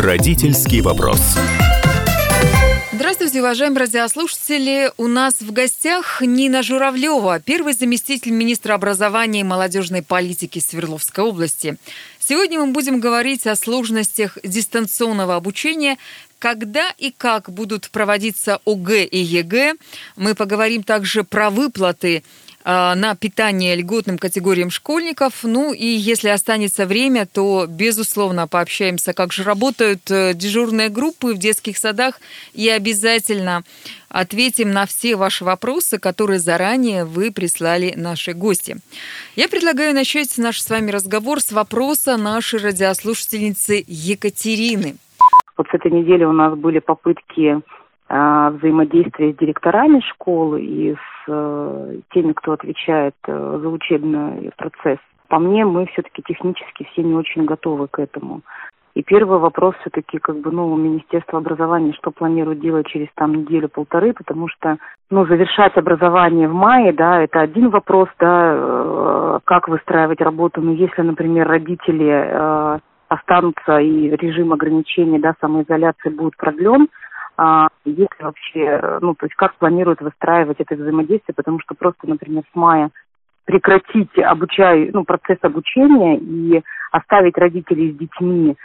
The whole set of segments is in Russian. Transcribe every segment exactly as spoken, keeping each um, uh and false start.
Родительский вопрос. Здравствуйте, уважаемые радиослушатели. У нас в гостях Нина Журавлева, первый заместитель министра образования и молодежной политики Свердловской области. Сегодня мы будем говорить о сложностях дистанционного обучения, когда и как будут проводиться ОГЭ и ЕГЭ. Мы поговорим также про выплаты на питание льготным категориям школьников. Ну и если останется время, то, безусловно, пообщаемся, как же работают дежурные группы в детских садах, и обязательно ответим на все ваши вопросы, которые заранее вы прислали наши гости. Я предлагаю начать наш с вами разговор с вопроса нашей радиослушательницы Екатерины. Вот с этой недели у нас были попытки э, взаимодействия с директорами школы и с э, теми, кто отвечает э, за учебный процесс. По мне, мы все-таки технически все не очень готовы к этому. И первый вопрос все-таки, как бы, ну, Министерство образования, что планирует делать через там неделю-полторы, потому что, ну, завершать образование в мае, да, это один вопрос, да, э, как выстраивать работу. Но если, например, родители э, останутся и режим ограничений, да, самоизоляции будет продлен, а, если вообще, ну, то есть как планируют выстраивать это взаимодействие, потому что просто, например, с мая прекратить обучаю, ну, процесс обучения и оставить родителей с детьми,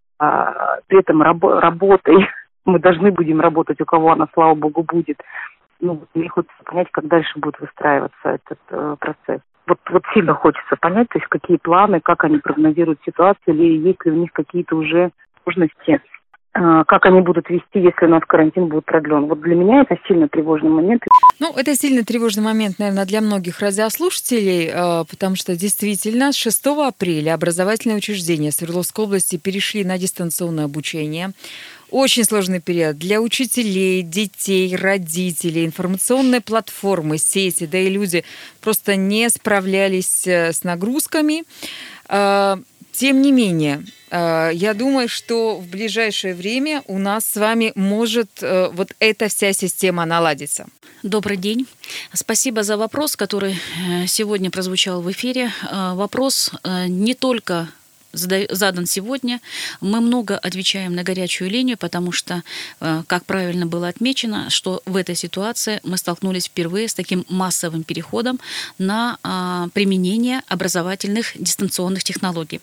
а, при этом раб- работой, мы должны будем работать, у кого она, слава богу, будет. Ну, мне хочется понять, как дальше будет выстраиваться этот э, процесс. Вот, вот сильно хочется понять, то есть какие планы, как они прогнозируют ситуацию, или есть ли у них какие-то уже сложности, э, как они будут вести, если у нас карантин будет продлен. Вот для меня это сильно тревожный момент. Ну, это сильно тревожный момент, наверное, для многих радиослушателей, э, потому что действительно с шестого апреля образовательные учреждения Свердловской области перешли на дистанционное обучение. Очень сложный период для учителей, детей, родителей, информационные платформы, сети, да и люди просто не справлялись с нагрузками. Тем не менее, я думаю, что в ближайшее время у нас с вами может вот эта вся система наладиться. Добрый день. Спасибо за вопрос, который сегодня прозвучал в эфире. Вопрос не только задан сегодня. Мы много отвечаем на горячую линию, потому что, как правильно было отмечено, что в этой ситуации мы столкнулись впервые с таким массовым переходом на применение образовательных дистанционных технологий.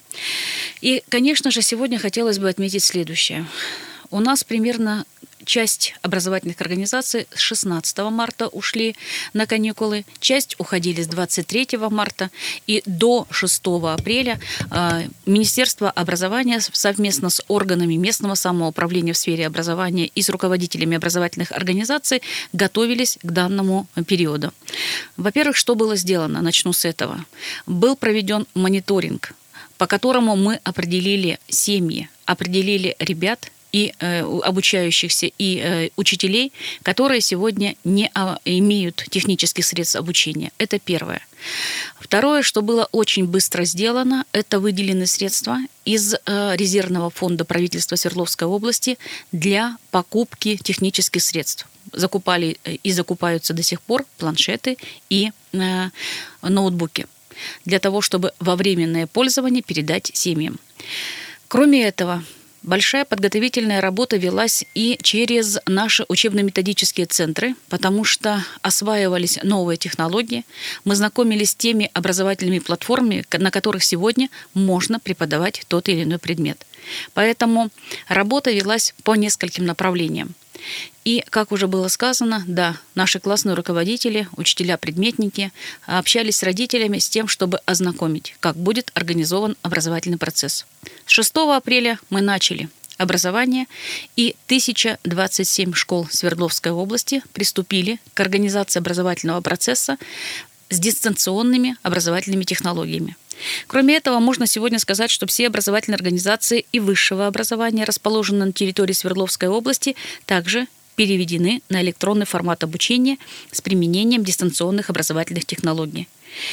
И, конечно же, сегодня хотелось бы отметить следующее. У нас примерно часть образовательных организаций с шестнадцатого марта ушли на каникулы, часть уходили с двадцать третьего марта, и до шестого апреля э, Министерство образования совместно с органами местного самоуправления в сфере образования и с руководителями образовательных организаций готовились к данному периоду. Во-первых, что было сделано? Начну с этого. Был проведен мониторинг, по которому мы определили семьи, определили ребят, и э, обучающихся, и э, учителей, которые сегодня не а, имеют технических средств обучения. Это первое. Второе, что было очень быстро сделано, это выделены средства из э, резервного фонда правительства Свердловской области для покупки технических средств. Закупали и закупаются до сих пор планшеты и э, ноутбуки для того, чтобы во временное пользование передать семьям. Кроме этого, большая подготовительная работа велась и через наши учебно-методические центры, потому что осваивались новые технологии. Мы знакомились с теми образовательными платформами, на которых сегодня можно преподавать тот или иной предмет. Поэтому работа велась по нескольким направлениям. И, как уже было сказано, да, наши классные руководители, учителя-предметники общались с родителями с тем, чтобы ознакомить, как будет организован образовательный процесс. С шестого апреля мы начали образование, и тысяча двадцать семь школ Свердловской области приступили к организации образовательного процесса с дистанционными образовательными технологиями. Кроме этого, можно сегодня сказать, что все образовательные организации и высшего образования, расположенные на территории Свердловской области, также переведены на электронный формат обучения с применением дистанционных образовательных технологий.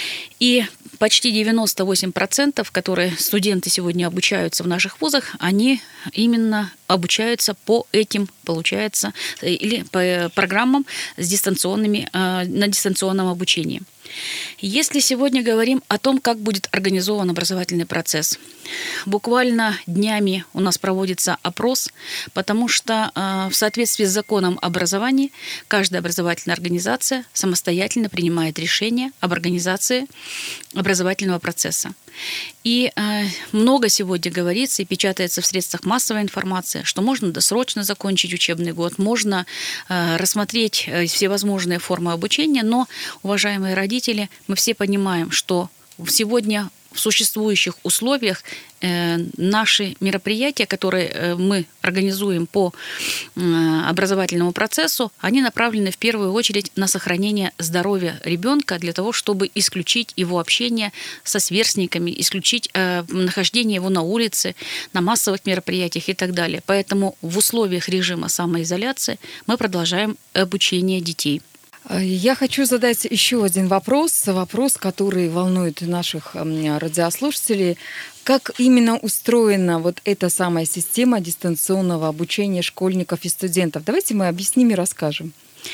И почти девяносто восемь процентов, которые студенты сегодня обучаются в наших вузах, они именно обучаются по этим, получается, или по программам с дистанционными, на дистанционном обучении. Если сегодня говорим о том, как будет организован образовательный процесс, буквально днями у нас проводится опрос, потому что э, в соответствии с законом об образовании каждая образовательная организация самостоятельно принимает решение об организации образовательного процесса. И э, много сегодня говорится и печатается в средствах массовой информации, что можно досрочно закончить учебный год, можно э, рассмотреть э, всевозможные формы обучения, но, уважаемые родители, мы все понимаем, что сегодня в существующих условиях э, наши мероприятия, которые э, мы организуем по э, образовательному процессу, они направлены в первую очередь на сохранение здоровья ребенка для того, чтобы исключить его общение со сверстниками, исключить э, нахождение его на улице, на массовых мероприятиях и так далее. Поэтому в условиях режима самоизоляции мы продолжаем обучение детей. Я хочу задать еще один вопрос, вопрос, который волнует наших радиослушателей. Как именно устроена вот эта самая система дистанционного обучения школьников и студентов? Давайте мы объясним и расскажем.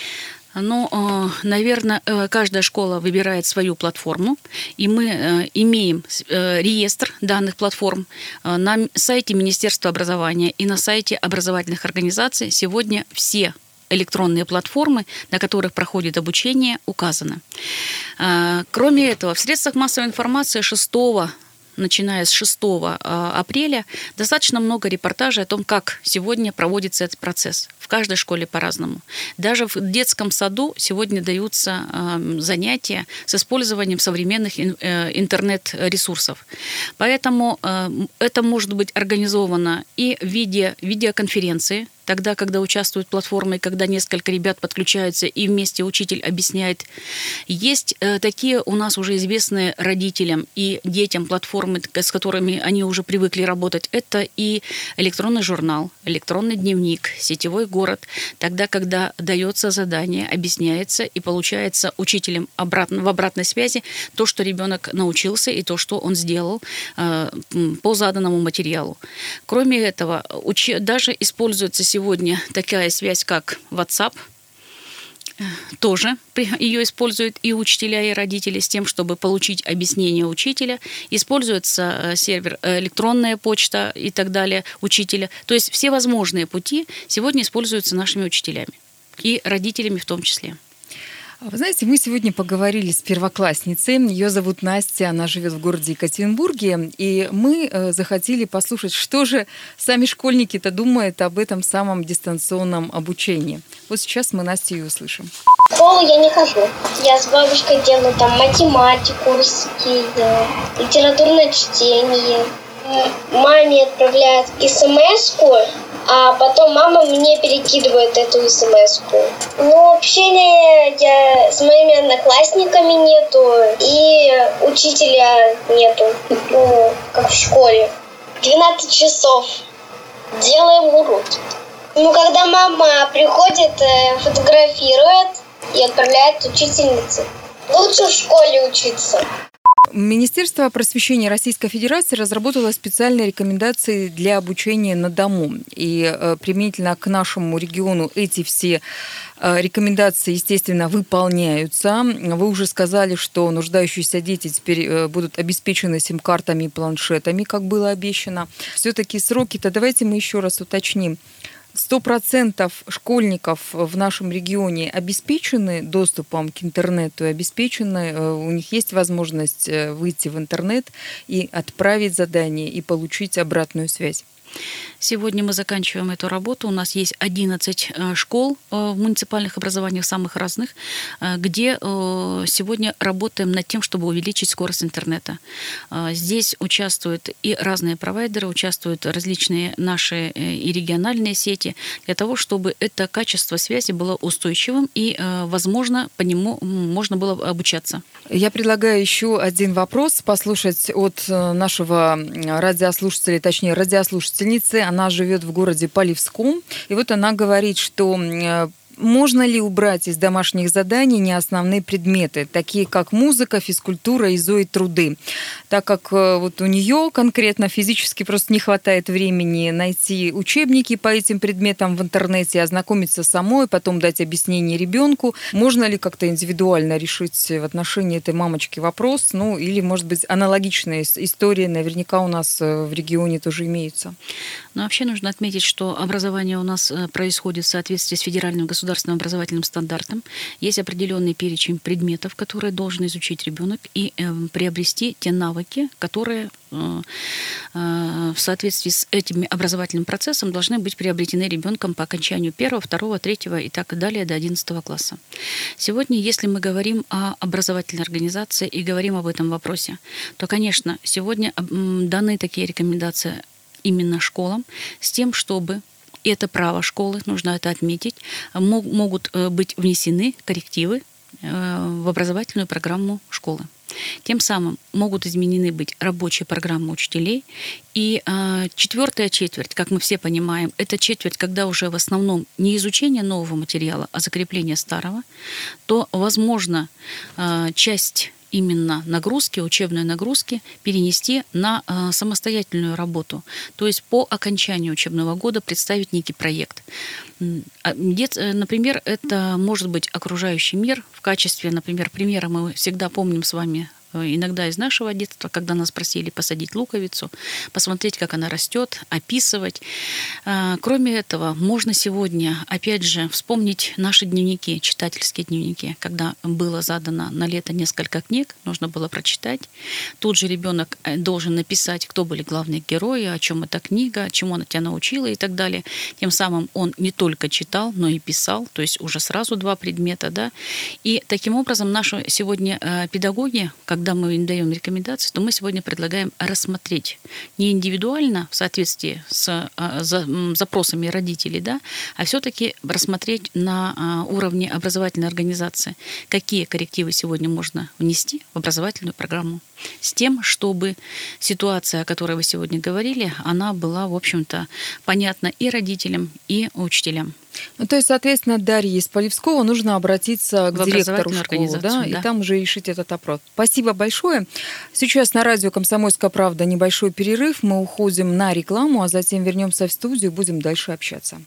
Ну, наверное, каждая школа выбирает свою платформу, и мы имеем реестр данных платформ на сайте Министерства образования и на сайте образовательных организаций. Сегодня все электронные платформы, на которых проходит обучение, указаны. Кроме этого, в средствах массовой информации шестого начиная с шестого апреля, достаточно много репортажей о том, как сегодня проводится этот процесс. В каждой школе по-разному. Даже в детском саду сегодня даются занятия с использованием современных интернет-ресурсов. Поэтому это может быть организовано и в виде видеоконференции, тогда, когда участвуют платформы, когда несколько ребят подключаются и вместе учитель объясняет. Есть э, такие у нас уже известные родителям и детям платформы, с которыми они уже привыкли работать. Это и электронный журнал, электронный дневник, сетевой город. Тогда, когда дается задание, объясняется и получается учителем обратно, в обратной связи то, что ребенок научился и то, что он сделал э, по заданному материалу. Кроме этого, уч... даже используется сегодня такая связь, как WhatsApp, тоже ее используют и учителя, и родители с тем, чтобы получить объяснение учителя. Используется сервер, электронная почта и так далее учителя. То есть все возможные пути сегодня используются нашими учителями и родителями в том числе. Вы знаете, мы сегодня поговорили с первоклассницей. Ее зовут Настя, она живет в городе Екатеринбурге. И мы захотели послушать, что же сами школьники-то думают об этом самом дистанционном обучении. Вот сейчас мы Настю и услышим. В школу я не хожу. Я с бабушкой делаю там математику, русский, литературное чтение. Маме отправляют смс-ку, а потом мама мне перекидывает эту смс-ку. Но общения я с моими одноклассниками нету, и учителя нету, ну, как в школе. двенадцать часов делаем урок. Ну, когда мама приходит, фотографирует и отправляет учительнице. Лучше в школе учиться. Министерство просвещения Российской Федерации разработало специальные рекомендации для обучения на дому. И э, применительно к нашему региону эти все э, рекомендации, естественно, выполняются. Вы уже сказали, что нуждающиеся дети теперь э, будут обеспечены сим-картами и планшетами, как было обещано. Все-таки сроки-то давайте мы еще раз уточним. Сто процентов школьников в нашем регионе обеспечены доступом к интернету, обеспечены, у них есть возможность выйти в интернет и отправить задание и получить обратную связь. Сегодня мы заканчиваем эту работу. У нас есть одиннадцать школ в муниципальных образованиях самых разных, где сегодня работаем над тем, чтобы увеличить скорость интернета. Здесь участвуют и разные провайдеры, участвуют различные наши и региональные сети, для того, чтобы это качество связи было устойчивым и, возможно, по нему можно было обучаться. Я предлагаю еще один вопрос послушать от нашего радиослушателя, точнее радиослушательницы. Она живет в городе Полевском. И вот она говорит, что можно ли убрать из домашних заданий неосновные предметы, такие как музыка, физкультура и зоотруды, так как вот у нее конкретно физически просто не хватает времени найти учебники по этим предметам в интернете, ознакомиться самой, потом дать объяснение ребенку. Можно ли как-то индивидуально решить в отношении этой мамочки вопрос, ну или, может быть, аналогичная история наверняка у нас в регионе тоже имеются? Но вообще нужно отметить, что образование у нас происходит в соответствии с федеральным государственным образовательным стандартом. Есть определенный перечень предметов, которые должен изучить ребенок и э, приобрести те навыки, которые э, э, в соответствии с этим образовательным процессом должны быть приобретены ребенком по окончанию первого, второго, третьего и так далее до одиннадцатого класса. Сегодня, если мы говорим о образовательной организации и говорим об этом вопросе, то, конечно, сегодня даны такие рекомендации именно школам с тем, чтобы, и это право школы, нужно это отметить, могут быть внесены коррективы в образовательную программу школы. Тем самым могут изменены быть рабочие программы учителей. И э, четвертая четверть, как мы все понимаем, это четверть, когда уже в основном не изучение нового материала, а закрепление старого, то, возможно, э, часть именно нагрузки, учебной нагрузки перенести на э, самостоятельную работу. То есть по окончанию учебного года представить некий проект. Дет, например, это может быть окружающий мир. В качестве, например, примера мы всегда помним с вами иногда из нашего детства, когда нас просили посадить луковицу, посмотреть, как она растет, описывать. Кроме этого, можно сегодня, опять же, вспомнить наши дневники, читательские дневники, когда было задано на лето несколько книг, нужно было прочитать. Тут же ребенок должен написать, кто были главные герои, о чем эта книга, чему она тебя научила и так далее. Тем самым он не только читал, но и писал, то есть уже сразу два предмета, да. И таким образом наши сегодня педагоги, когда мы им даем рекомендации, то мы сегодня предлагаем рассмотреть не индивидуально в соответствии с запросами родителей, да, а все-таки рассмотреть на уровне образовательной организации, какие коррективы сегодня можно внести в образовательную программу, с тем, чтобы ситуация, о которой вы сегодня говорили, она была, в общем-то, понятна и родителям, и учителям. Ну, то есть, соответственно, Дарье из Полевского нужно обратиться к в директору школы, да, да, и там уже решить этот вопрос. Спасибо большое. Сейчас на радио «Комсомольская правда» небольшой перерыв. Мы уходим на рекламу, а затем вернемся в студию и будем дальше общаться.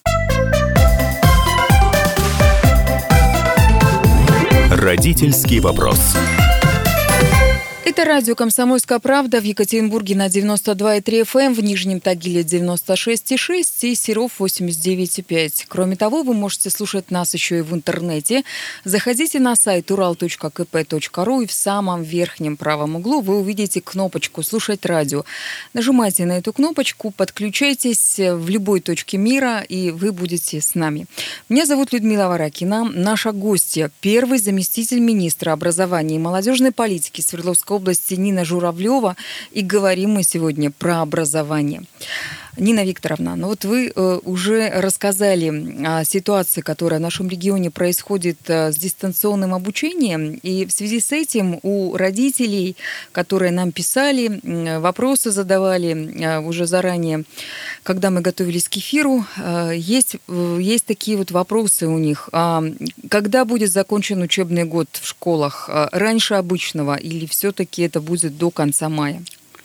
Родительский вопрос. Это радио «Комсомольская правда» в Екатеринбурге на девяносто два и три эф эм, в Нижнем Тагиле девяносто шесть и шесть и Серов восемьдесят девять и пять. Кроме того, вы можете слушать нас еще и в интернете. Заходите на сайт урал точка ка пэ точка ру и в самом верхнем правом углу вы увидите кнопочку «Слушать радио». Нажимайте на эту кнопочку, подключайтесь в любой точке мира, и вы будете с нами. Меня зовут Людмила Варакина. Наша гостья – первый заместитель министра образования и молодежной политики Свердловской области Нина Журавлева, и говорим мы сегодня про образование. Нина Викторовна, ну вот вы уже рассказали о ситуации, которая в нашем регионе происходит с дистанционным обучением, и в связи с этим у родителей, которые нам писали, вопросы задавали уже заранее, когда мы готовились к эфиру, есть, есть такие вот вопросы у них. Когда будет закончен учебный год в школах? Раньше обычного или все-таки это будет до конца мая?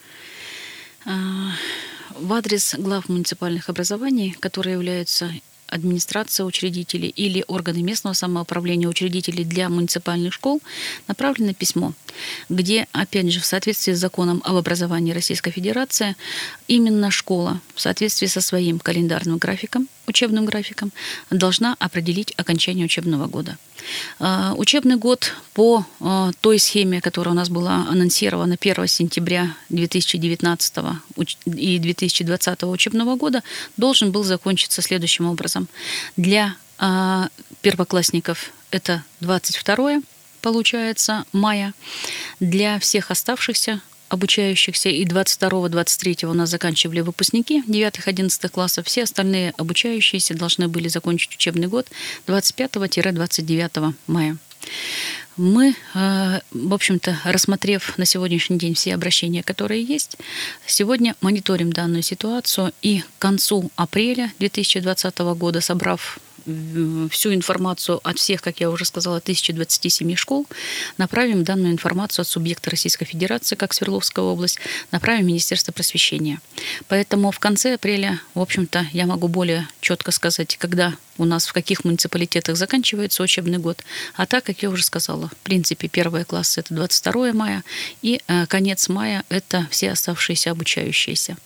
В адрес глав муниципальных образований, которые являются администрация учредителей или органы местного самоуправления учредителей для муниципальных школ, направлено письмо, где, опять же, в соответствии с законом об образовании Российской Федерации, именно школа в соответствии со своим календарным графиком, учебным графиком, должна определить окончание учебного года. Учебный год по той схеме, которая у нас была анонсирована первого сентября две тысячи девятнадцатого и две тысячи двадцатого учебного года, должен был закончиться следующим образом. Для первоклассников это двадцать второе, получается, мая. Для всех оставшихся обучающихся, и двадцать второго — двадцать третьего у нас заканчивали выпускники девятых-одиннадцатых классов, все остальные обучающиеся должны были закончить учебный год двадцать пятого — двадцать девятого мая. Мы, в общем-то, рассмотрев на сегодняшний день все обращения, которые есть, сегодня мониторим данную ситуацию, и к концу апреля две тысячи двадцатого года, собрав всю информацию от всех, как я уже сказала, тысячи двадцати семи школ, направим данную информацию от субъекта Российской Федерации, как Свердловская область, направим в Министерство просвещения. Поэтому в конце апреля, в общем-то, я могу более четко сказать, когда у нас в каких муниципалитетах заканчивается учебный год. А так, как я уже сказала, в принципе, первый класс – это двадцать второе мая, и э, конец мая – это все оставшиеся обучающиеся.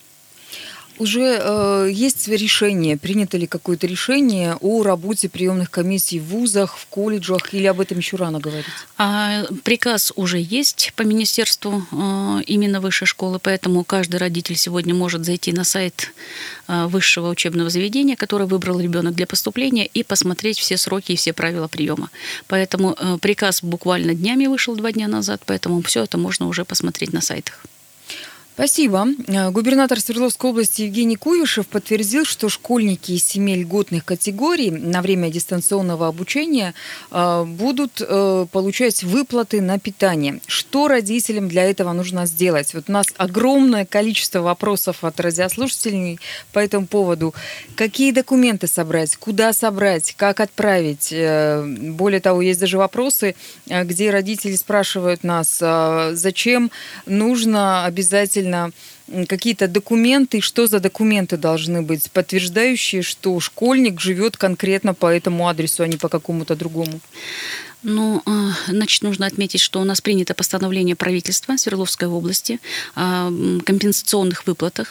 Уже э, есть решение, принято ли какое-то решение о работе приемных комиссий в вузах, в колледжах, или об этом еще рано говорить? А, приказ уже есть по министерству э, именно высшей школы, поэтому каждый родитель сегодня может зайти на сайт э, высшего учебного заведения, которое выбрал ребенок для поступления, и посмотреть все сроки и все правила приема. Поэтому э, приказ буквально днями вышел, два дня назад, поэтому все это можно уже посмотреть на сайтах. Спасибо. Губернатор Свердловской области Евгений Куйвышев подтвердил, что школьники из семи льготных категорий на время дистанционного обучения будут получать выплаты на питание. Что родителям для этого нужно сделать? Вот у нас огромное количество вопросов от радиослушателей по этому поводу. Какие документы собрать, куда собрать, как отправить? Более того, есть даже вопросы, где родители спрашивают нас, зачем нужно обязательно какие-то документы, что за документы должны быть, подтверждающие, что школьник живет конкретно по этому адресу, а не по какому-то другому? Ну, значит, нужно отметить, что у нас принято постановление правительства Свердловской области о компенсационных выплатах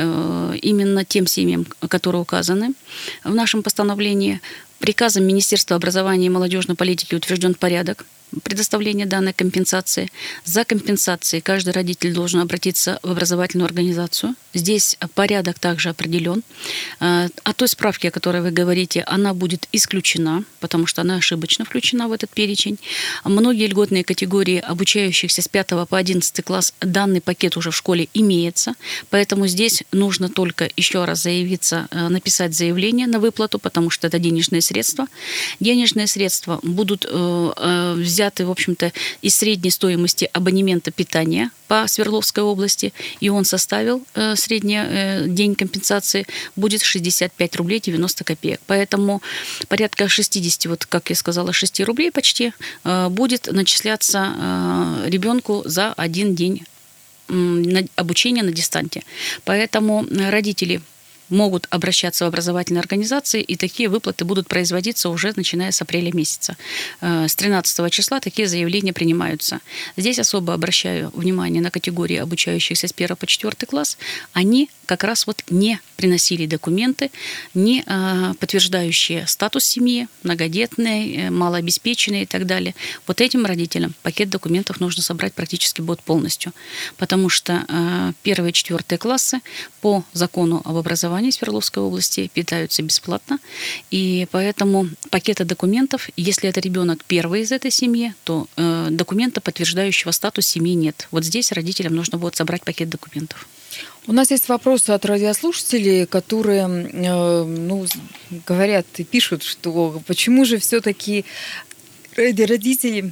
именно тем семьям, которые указаны в нашем постановлении. Приказом Министерства образования и молодежной политики утвержден порядок предоставления данной компенсации. За компенсацией каждый родитель должен обратиться в образовательную организацию. Здесь порядок также определен. О той справке, о которой вы говорите, она будет исключена, потому что она ошибочно включена в этот перечень. Многие льготные категории обучающихся с пятого по одиннадцатый класс, данный пакет уже в школе имеется, поэтому здесь нужно только еще раз заявиться, написать заявление на выплату, потому что это денежные средства. Денежные средства будут взяты взяты, в общем-то, из средней стоимости абонемента питания по Свердловской области, и он составил э, средний э, день компенсации будет шестьдесят пять рублей девяносто копеек. Поэтому порядка шестьдесят, вот как я сказала, шесть рублей почти э, будет начисляться э, ребенку за один день э, обучения на дистанте. Поэтому родители могут обращаться в образовательные организации, и такие выплаты будут производиться уже начиная с апреля месяца. С тринадцатого числа такие заявления принимаются. Здесь особо обращаю внимание на категории обучающихся с первого по четвёртый класс. Они как раз вот не приносили документы, не подтверждающие статус семьи, многодетные, малообеспеченные и так далее. Вот этим родителям пакет документов нужно собрать практически будет полностью, потому что первые и четвёртые классы по закону об образовании Свердловской области питаются бесплатно, и поэтому пакета документов, если это ребенок первый из этой семьи, то э, документа, подтверждающего статус семьи, нет. Вот здесь родителям нужно будет собрать пакет документов. У нас есть вопросы от радиослушателей, которые э, ну, говорят и пишут, что почему же все-таки родители...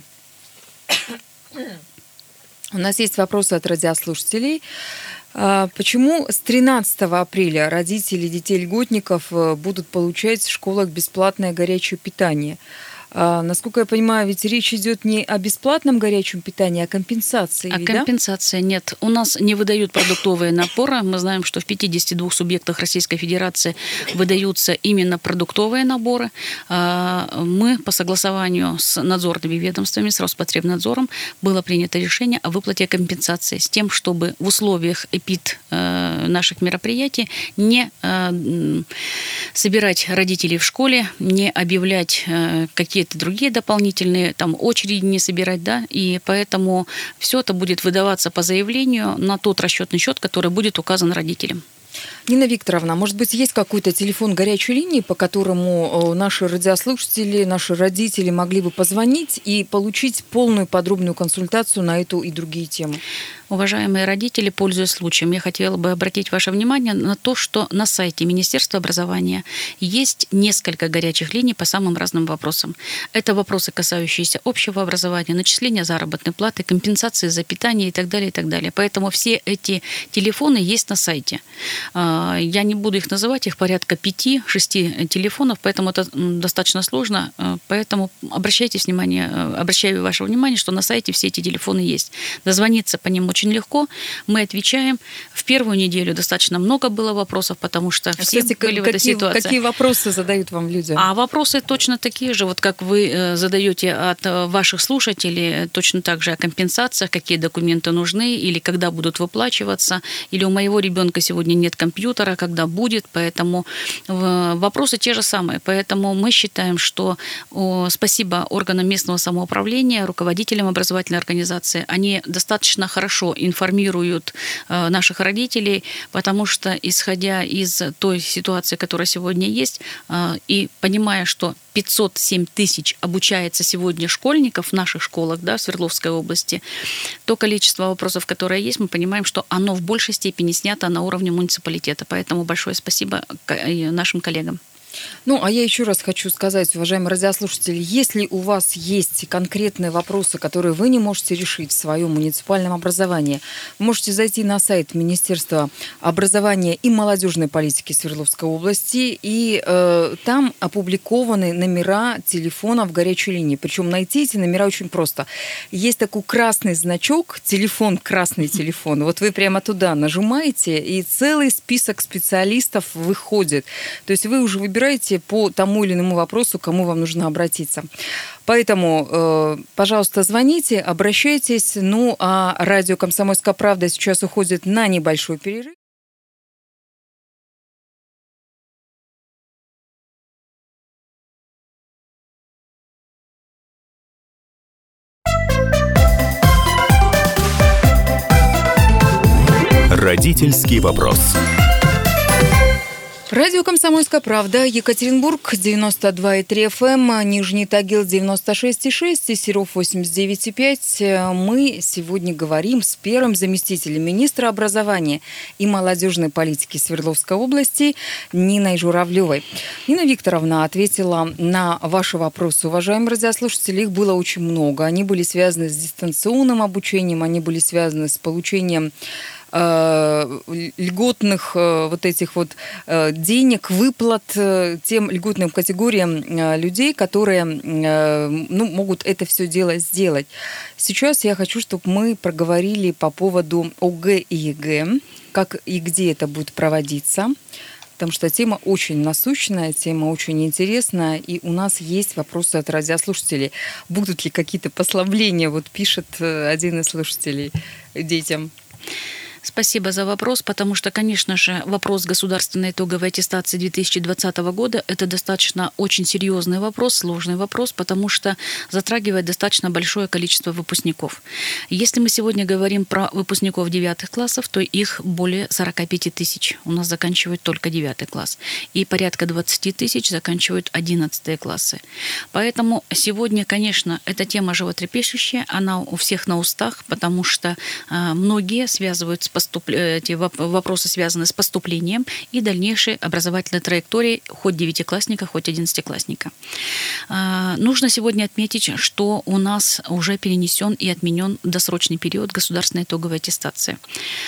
У нас есть вопросы от радиослушателей. Почему с тринадцатого апреля родители детей-льготников будут получать в школах бесплатное горячее питание? Насколько я понимаю, ведь речь идет не о бесплатном горячем питании, а о компенсации. А компенсация, да? Нет. У нас не выдают продуктовые наборы. Мы знаем, что в пятидесяти двух субъектах Российской Федерации выдаются именно продуктовые наборы. Мы по согласованию с надзорными ведомствами, с Роспотребнадзором, было принято решение о выплате компенсации с тем, чтобы в условиях эпид наших мероприятий не собирать родителей в школе, не объявлять какие какие-то другие дополнительные, там, очереди не собирать, да, и поэтому все это будет выдаваться по заявлению на тот расчетный счет, который будет указан родителям. Нина Викторовна, может быть, есть какой-то телефон горячей линии, по которому наши радиослушатели, наши родители могли бы позвонить и получить полную подробную консультацию на эту и другие темы? Уважаемые родители, пользуясь случаем, я хотела бы обратить ваше внимание на то, что на сайте Министерства образования есть несколько горячих линий по самым разным вопросам. Это вопросы, касающиеся общего образования, начисления заработной платы, компенсации за питание и так далее, и так далее. Поэтому все эти телефоны есть на сайте. Я не буду их называть, их порядка пяти-шести телефонов, поэтому это достаточно сложно. Поэтому обращайте внимание, обращаю ваше внимание, что на сайте все эти телефоны есть. Дозвониться по ним очень легко. Мы отвечаем. В первую неделю достаточно много было вопросов, потому что все Кстати, были какие, в этой ситуации. Какие вопросы задают вам люди? А вопросы точно такие же, вот как вы задаете от ваших слушателей, точно так же о компенсациях, какие документы нужны, или когда будут выплачиваться, или у моего ребенка сегодня нет компьютера, когда будет, поэтому вопросы те же самые. Поэтому мы считаем, что спасибо органам местного самоуправления, руководителям образовательной организации, они достаточно хорошо информируют наших родителей, потому что, исходя из той ситуации, которая сегодня есть, и понимая, что пятьсот семь тысяч обучается сегодня школьников в наших школах, да, в Свердловской области, то количество вопросов, которое есть, мы понимаем, что оно в большей степени снято на уровне муниципалитета. Поэтому большое спасибо нашим коллегам. Ну, а я еще раз хочу сказать, уважаемые радиослушатели, если у вас есть конкретные вопросы, которые вы не можете решить в своем муниципальном образовании, вы можете зайти на сайт Министерства образования и молодежной политики Свердловской области, и э, там опубликованы номера телефонов горячей линии. Причем найти эти номера очень просто. Есть такой красный значок, телефон, красный телефон. Вот вы прямо туда нажимаете, и целый список специалистов выходит. То есть вы уже выбираете по тому или иному вопросу, к кому вам нужно обратиться. Поэтому, э, пожалуйста, звоните, обращайтесь. Ну, а радио «Комсомольская правда» сейчас уходит на небольшой перерыв. Родительский вопрос. Радио «Комсомольская правда», Екатеринбург, девяносто два и три эф эм, Нижний Тагил, девяносто шесть и шесть и Серов, восемьдесят девять и пять. Мы сегодня говорим с первым заместителем министра образования и молодежной политики Свердловской области Ниной Журавлевой. Нина Викторовна ответила на ваши вопросы. Уважаемые радиослушатели, их было очень много. Они были связаны с дистанционным обучением, они были связаны с получением льготных вот этих вот денег, выплат тем льготным категориям людей, которые ну, могут это все дело сделать. Сейчас я хочу, чтобы мы проговорили по поводу о гэ и е гэ, как и где это будет проводиться, потому что тема очень насущная, тема очень интересная, и у нас есть вопросы от радиослушателей. Будут ли какие-то послабления, вот пишет один из слушателей, детям? Спасибо за вопрос, потому что, конечно же, вопрос государственной итоговой аттестации две тысячи двадцатого года – это достаточно очень серьезный вопрос, сложный вопрос, потому что затрагивает достаточно большое количество выпускников. Если мы сегодня говорим про выпускников девятых классов, то их более сорок пять тысяч. У нас заканчивают только девятый класс. И порядка двадцать тысяч заканчивают одиннадцатые классы. Поэтому сегодня, конечно, эта тема животрепещущая, она у всех на устах, потому что многие связывают с Поступ... эти вопросы связаны с поступлением и дальнейшей образовательной траекторией хоть девятиклассника, хоть одиннадцатиклассника. Нужно сегодня отметить, что у нас уже перенесен и отменен досрочный период государственной итоговой аттестации.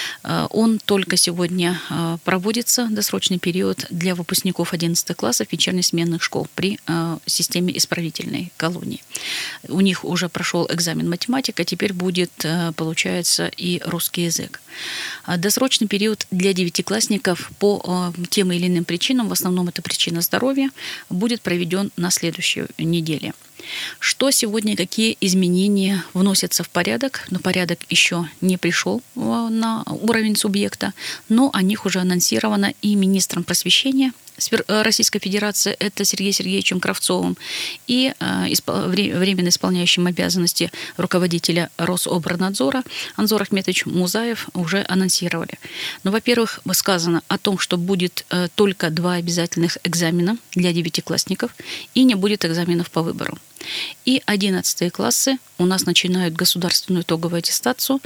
Он только сегодня проводится, досрочный период, для выпускников одиннадцатых классов вечерне-сменных школ при системе исправительной колонии. У них уже прошел экзамен математика, теперь будет, получается, и русский язык. Досрочный период для девятиклассников по тем или иным причинам, в основном это причина здоровья, будет проведен на следующей неделе. Что сегодня, какие изменения вносятся в порядок? Но порядок еще не пришел на уровень субъекта, но о них уже анонсировано и министром просвещения Российской Федерации, это Сергеем Сергеевичем Кравцовым, и временно исполняющим обязанности руководителя Рособорнадзора Анзор Ахметович Музаев уже анонсировали. Но, во-первых, сказано о том, что будет только два обязательных экзамена для девятиклассников и не будет экзаменов по выбору. И одиннадцатые классы у нас начинают государственную итоговую аттестацию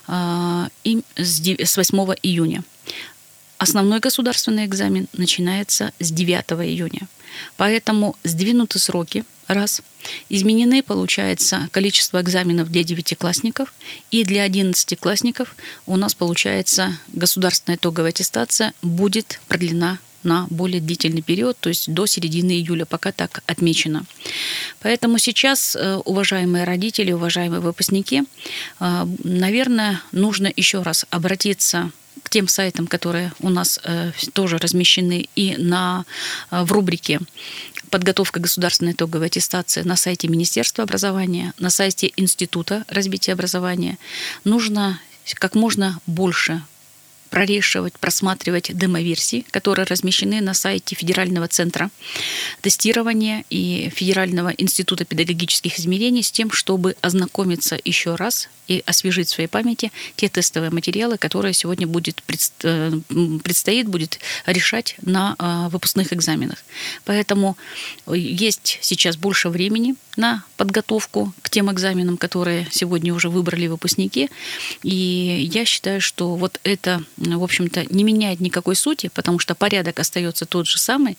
с восьмого июня. Основной государственный экзамен начинается с девятого июня. Поэтому сдвинуты сроки, раз. Изменены, получается, количество экзаменов для девятиклассников. И для одиннадцатиклассников у нас, получается, государственная итоговая аттестация будет продлена на более длительный период, то есть до середины июля, пока так отмечено. Поэтому сейчас, уважаемые родители, уважаемые выпускники, наверное, нужно еще раз обратиться к тем сайтам, которые у нас тоже размещены и на, в рубрике «Подготовка государственной итоговой аттестации» на сайте Министерства образования, на сайте Института развития образования. Нужно как можно больше прорешивать, просматривать демо-версии, которые размещены на сайте Федерального центра тестирования и Федерального института педагогических измерений с тем, чтобы ознакомиться еще раз и освежить в своей памяти те тестовые материалы, которые сегодня будет, предстоит будет решать на выпускных экзаменах. Поэтому есть сейчас больше времени на подготовку к тем экзаменам, которые сегодня уже выбрали выпускники. И я считаю, что вот это, в общем-то, не меняет никакой сути, потому что порядок остается тот же самый,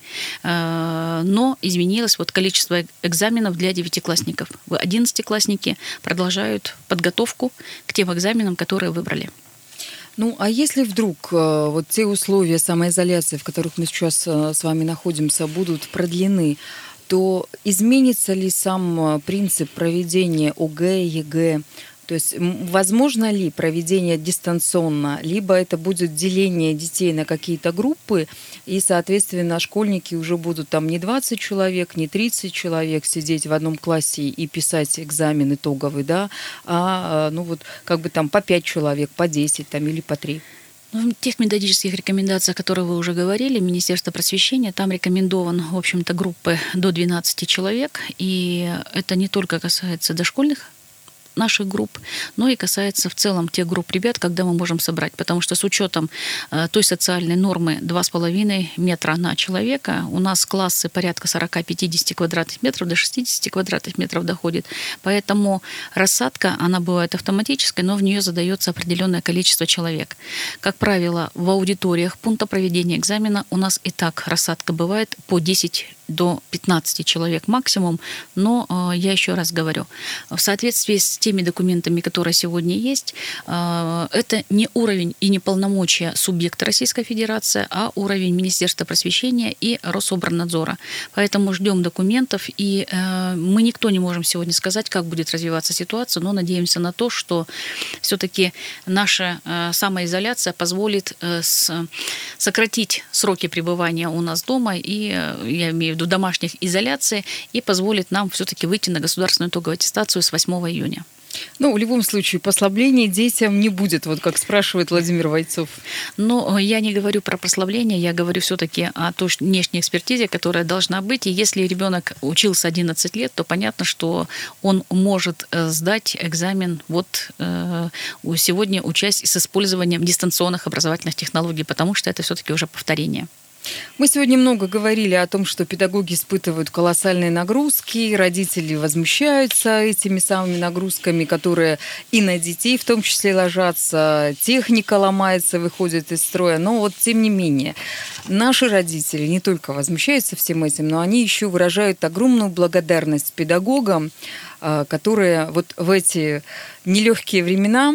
но изменилось вот количество экзаменов для девятиклассников. Одиннадцатиклассники продолжают подготовку к тем экзаменам, которые выбрали. Ну, а если вдруг вот те условия самоизоляции, в которых мы сейчас с вами находимся, будут продлены, то изменится ли сам принцип проведения ОГЭ, ЕГЭ? То есть возможно ли проведение дистанционно, либо это будет деление детей на какие-то группы, и, соответственно, школьники уже будут там не двадцать человек, не тридцать человек сидеть в одном классе и писать экзамен итоговый, да, а ну вот как бы там по пять человек, по десять там, или по три. Ну, в тех методических рекомендациях, о которых вы уже говорили, Министерство просвещения, там рекомендован, в общем-то, группы до двенадцати человек, и это не только касается дошкольных наших групп, но и касается в целом тех групп ребят, когда мы можем собрать. Потому что с учетом э, той социальной нормы два с половиной метра на человека, у нас классы порядка сорок-пятьдесят квадратных метров до шестьдесят квадратных метров доходит. Поэтому рассадка, она бывает автоматической, но в нее задается определенное количество человек. Как правило, в аудиториях пункта проведения экзамена у нас и так рассадка бывает по десять до пятнадцати человек максимум, но э, я еще раз говорю, в соответствии с теми документами, которые сегодня есть, э, это не уровень и не полномочия субъекта Российской Федерации, а уровень Министерства просвещения и Рособорнадзора. Поэтому ждем документов, и э, мы никто не можем сегодня сказать, как будет развиваться ситуация, но надеемся на то, что все-таки наша э, самоизоляция позволит э, с, сократить сроки пребывания у нас дома, и э, я имею в виду домашних изоляции, и позволит нам все-таки выйти на государственную итоговую аттестацию с восьмого июня. Ну, в любом случае, послабления детям не будет, вот как спрашивает Владимир Войцов. Но я не говорю про прославление, я говорю все-таки о той внешней экспертизе, которая должна быть. И если ребенок учился одиннадцать лет, то понятно, что он может сдать экзамен вот сегодня, учась с использованием дистанционных образовательных технологий, потому что это все-таки уже повторение. Мы сегодня много говорили о том, что педагоги испытывают колоссальные нагрузки, родители возмущаются этими самыми нагрузками, которые и на детей в том числе ложатся, техника ломается, выходит из строя. Но вот тем не менее, наши родители не только возмущаются всем этим, но они еще выражают огромную благодарность педагогам, которые вот в эти нелегкие времена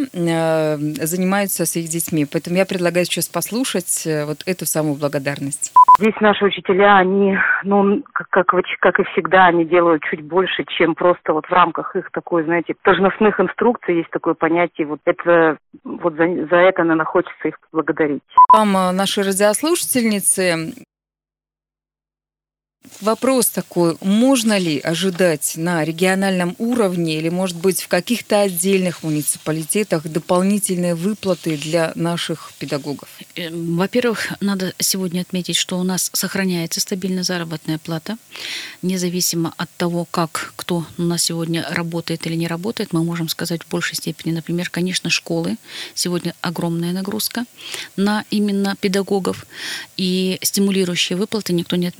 занимаются с их детьми. Поэтому я предлагаю сейчас послушать вот эту самую благодарность. Здесь наши учителя, они, ну, как, как, как и всегда, они делают чуть больше, чем просто вот в рамках их такой, знаете, должностных инструкций, есть такое понятие, вот это, вот за, за это, наверное, хочется их поблагодарить. Вам, наши радиослушательницы, вопрос такой, можно ли ожидать на региональном уровне или, может быть, в каких-то отдельных муниципалитетах дополнительные выплаты для наших педагогов? Во-первых, надо сегодня отметить, что у нас сохраняется стабильная заработная плата. Независимо от того, как кто у нас сегодня работает или не работает, мы можем сказать в большей степени, например, конечно, школы. Сегодня огромная нагрузка на именно педагогов, и стимулирующие выплаты никто не отменял.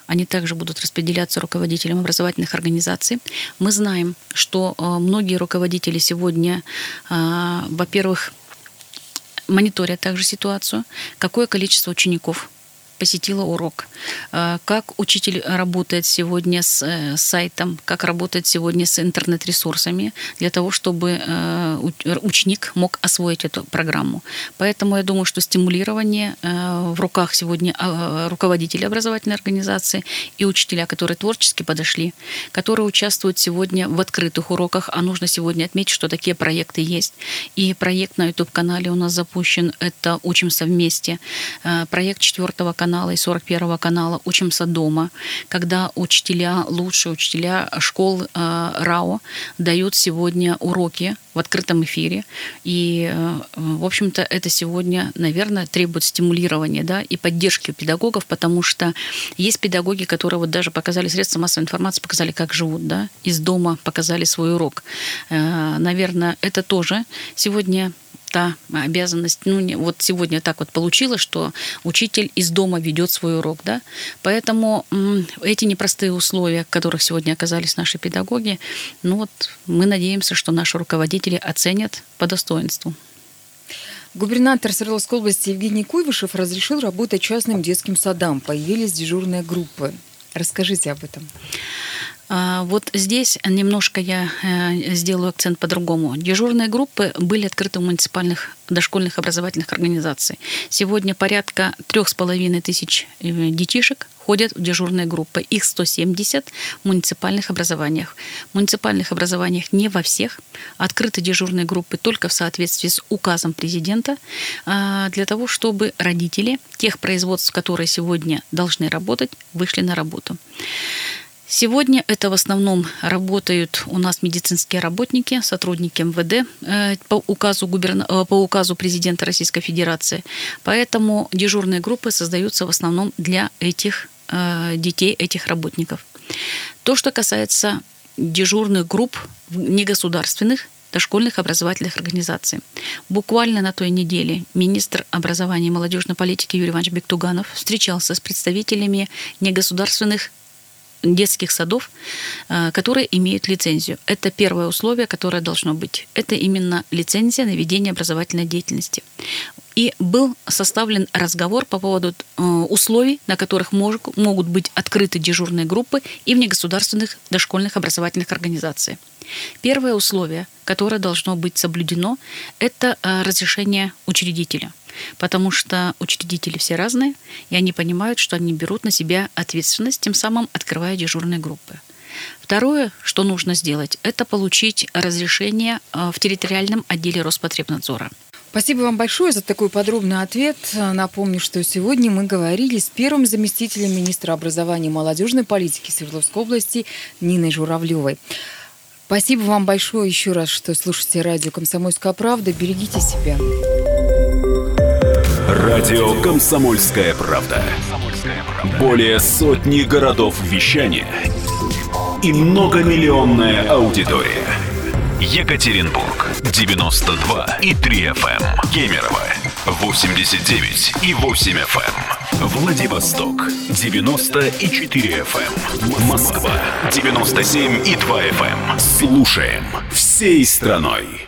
они также будут распределяться руководителям образовательных организаций. Мы знаем, что многие руководители сегодня, во-первых, мониторят также ситуацию, какое количество учеников посетила урок, как учитель работает сегодня с сайтом, как работает сегодня с интернет-ресурсами, для того, чтобы ученик мог освоить эту программу. Поэтому я думаю, что стимулирование в руках сегодня руководителей образовательной организации и учителя, которые творчески подошли, которые участвуют сегодня в открытых уроках, а нужно сегодня отметить, что такие проекты есть. И проект на ютуб-канале у нас запущен, это «Учимся вместе», проект четвертого канала, канала и сорок первого канала «Учимся дома», когда учителя, лучшие учителя школ э, РАО дают сегодня уроки в открытом эфире. И, э, в общем-то, это сегодня, наверное, требует стимулирования, да, и поддержки педагогов, потому что есть педагоги, которые вот даже показали, средства массовой информации показали, как живут, да, из дома показали свой урок. Э, наверное, это тоже сегодня та обязанность, ну, не, вот сегодня так вот получилось, что учитель из дома ведет свой урок, да, поэтому м, эти непростые условия, в которых сегодня оказались наши педагоги, ну вот мы надеемся, что наши руководители оценят по достоинству. Губернатор Свердловской области Евгений Куйвышев разрешил работать частным детским садам, появились дежурные группы. Расскажите об этом. Вот здесь немножко я сделаю акцент по-другому. Дежурные группы были открыты у муниципальных дошкольных образовательных организаций. Сегодня порядка трех с половиной тысяч детишек ходят в дежурные группы. Их сто семьдесят в муниципальных образованиях. В муниципальных образованиях не во всех. Открыты дежурные группы только в соответствии с указом президента для того, чтобы родители тех производств, которые сегодня должны работать, вышли на работу. Сегодня это в основном работают у нас медицинские работники, сотрудники эм вэ дэ по указу, губерна... по указу президента Российской Федерации. Поэтому дежурные группы создаются в основном для этих детей, этих работников. То, что касается дежурных групп негосударственных, дошкольных образовательных организаций. Буквально на той неделе министр образования и молодежной политики Юрий Иванович Бектуганов встречался с представителями негосударственных детских садов, которые имеют лицензию. Это первое условие, которое должно быть. Это именно лицензия на ведение образовательной деятельности. И был составлен разговор по поводу условий, на которых могут быть открыты дежурные группы и в негосударственных дошкольных образовательных организациях. Первое условие, которое должно быть соблюдено, это разрешение учредителя. Потому что учредители все разные, и они понимают, что они берут на себя ответственность, тем самым открывая дежурные группы. Второе, что нужно сделать, это получить разрешение в территориальном отделе Роспотребнадзора. Спасибо вам большое за такой подробный ответ. Напомню, что сегодня мы говорили с первым заместителем министра образования и молодежной политики Свердловской области Ниной Журавлевой. Спасибо вам большое еще раз, что слушаете радио «Комсомольская правда». Берегите себя. Радио «Комсомольская правда». Более сотни городов вещания и многомиллионная аудитория. Екатеринбург девяносто два и три эф эм, Кемерово восемьдесят девять и восемь эф эм, Владивосток девяносто и четыре эф эм, Москва девяносто семь и два эф эм. Слушаем всей страной.